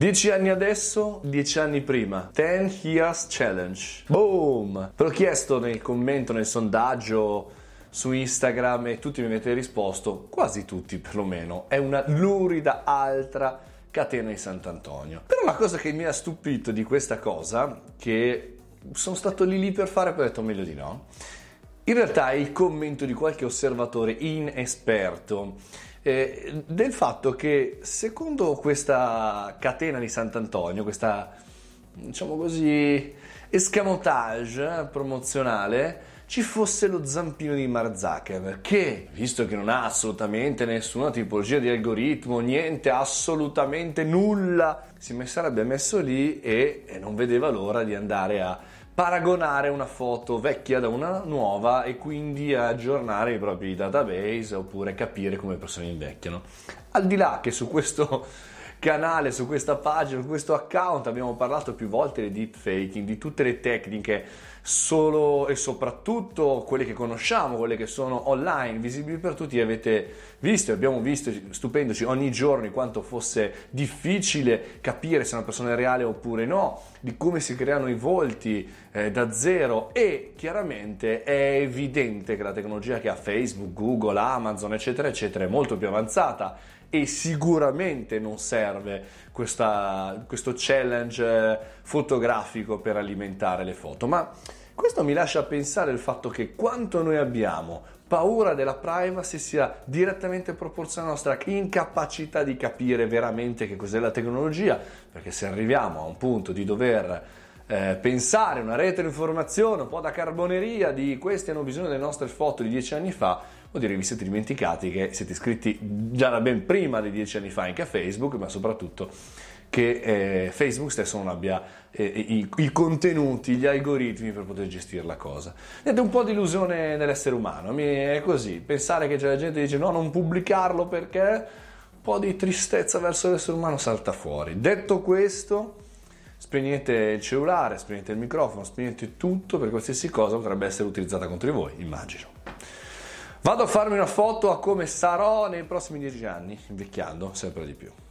10 anni adesso, 10 anni prima. 10 Years Challenge. Boom! Ve l'ho chiesto nel commento, nel sondaggio su Instagram e tutti mi avete risposto, quasi tutti perlomeno, è una lurida altra catena di Sant'Antonio. Però la cosa che mi ha stupito di questa cosa, che sono stato lì per fare, poi ho detto meglio di no, in realtà è il commento di qualche osservatore inesperto del fatto che secondo questa catena di Sant'Antonio, questa, diciamo così, escamotage promozionale, ci fosse lo zampino di Mark Zuckerberg che, visto che non ha assolutamente nessuna tipologia di algoritmo, niente, assolutamente nulla, si sarebbe messo lì e non vedeva l'ora di andare a paragonare una foto vecchia da una nuova e quindi aggiornare i propri database oppure capire come le persone invecchiano. Al di là che su questo canale, su questa pagina, su questo account abbiamo parlato più volte di deepfaking, di tutte le tecniche, solo e soprattutto quelle che conosciamo, quelle che sono online, visibili per tutti. Avete visto, abbiamo visto, stupendoci ogni giorno di quanto fosse difficile capire se una persona è reale oppure no, di come si creano i volti da zero, e chiaramente è evidente che la tecnologia che ha Facebook, Google, Amazon, eccetera, eccetera, è molto più avanzata e sicuramente non serve questo challenge fotografico per alimentare le foto. Ma questo mi lascia pensare il fatto che quanto noi abbiamo paura della privacy sia direttamente proporzionale alla nostra incapacità di capire veramente che cos'è la tecnologia, perché se arriviamo a un punto di dover pensare una rete di informazione un po' da carboneria di questi hanno bisogno delle nostre foto di 10 anni fa, vuol dire che vi siete dimenticati che siete iscritti già da ben prima di 10 anni fa anche a Facebook, ma soprattutto che Facebook stesso non abbia i contenuti, gli algoritmi per poter gestire la cosa. Ed è un po' di illusione nell'essere umano, è così, pensare che la gente dice no, non pubblicarlo perché un po' di tristezza verso l'essere umano salta fuori. Detto questo, spegnete il cellulare, spegnete il microfono, spegnete tutto, per qualsiasi cosa potrebbe essere utilizzata contro di voi, immagino. Vado a farmi una foto a come sarò nei prossimi 10 anni, invecchiando sempre di più.